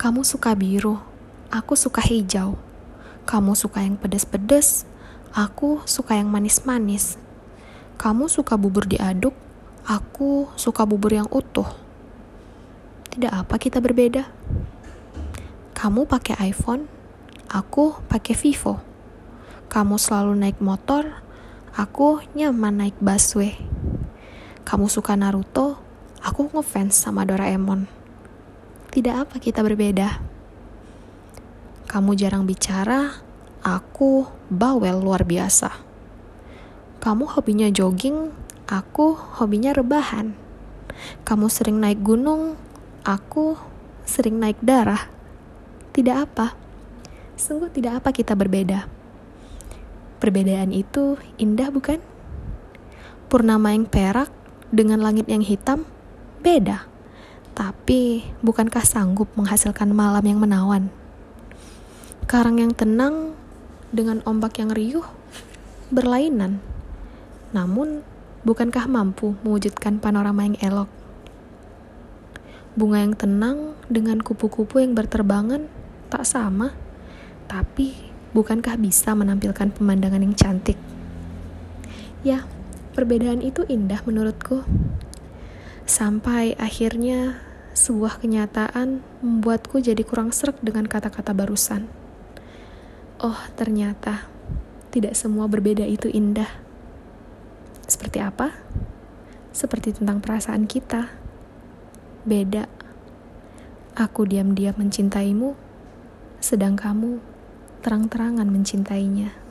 Kamu suka biru, aku suka hijau. Kamu suka yang pedas-pedas, aku suka yang manis-manis. Kamu suka bubur diaduk, aku suka bubur yang utuh. Tidak apa kita berbeda. Kamu pakai iPhone, aku pakai Vivo. Kamu selalu naik motor, aku nyaman naik busway. Kamu suka Naruto, aku ngefans sama Doraemon. Tidak apa kita berbeda. Kamu jarang bicara, aku bawel luar biasa. Kamu hobinya jogging, aku hobinya rebahan. Kamu sering naik gunung, aku sering naik darah. Tidak apa. Sungguh tidak apa kita berbeda. Perbedaan itu indah bukan? Purnama yang perak dengan langit yang hitam beda. Tapi bukankah sanggup menghasilkan malam yang menawan? Karang yang tenang dengan ombak yang riuh berlainan. Namun, bukankah mampu mewujudkan panorama yang elok? Bunga yang tenang dengan kupu-kupu yang berterbangan tak sama, tapi bukankah bisa menampilkan pemandangan yang cantik? Ya, perbedaan itu indah menurutku. Sampai akhirnya sebuah kenyataan membuatku jadi kurang sreg dengan kata-kata barusan. Oh, ternyata tidak semua berbeda itu indah. Seperti apa? Seperti tentang perasaan kita. Beda. Aku diam-diam mencintaimu, sedang kamu terang-terangan mencintainya.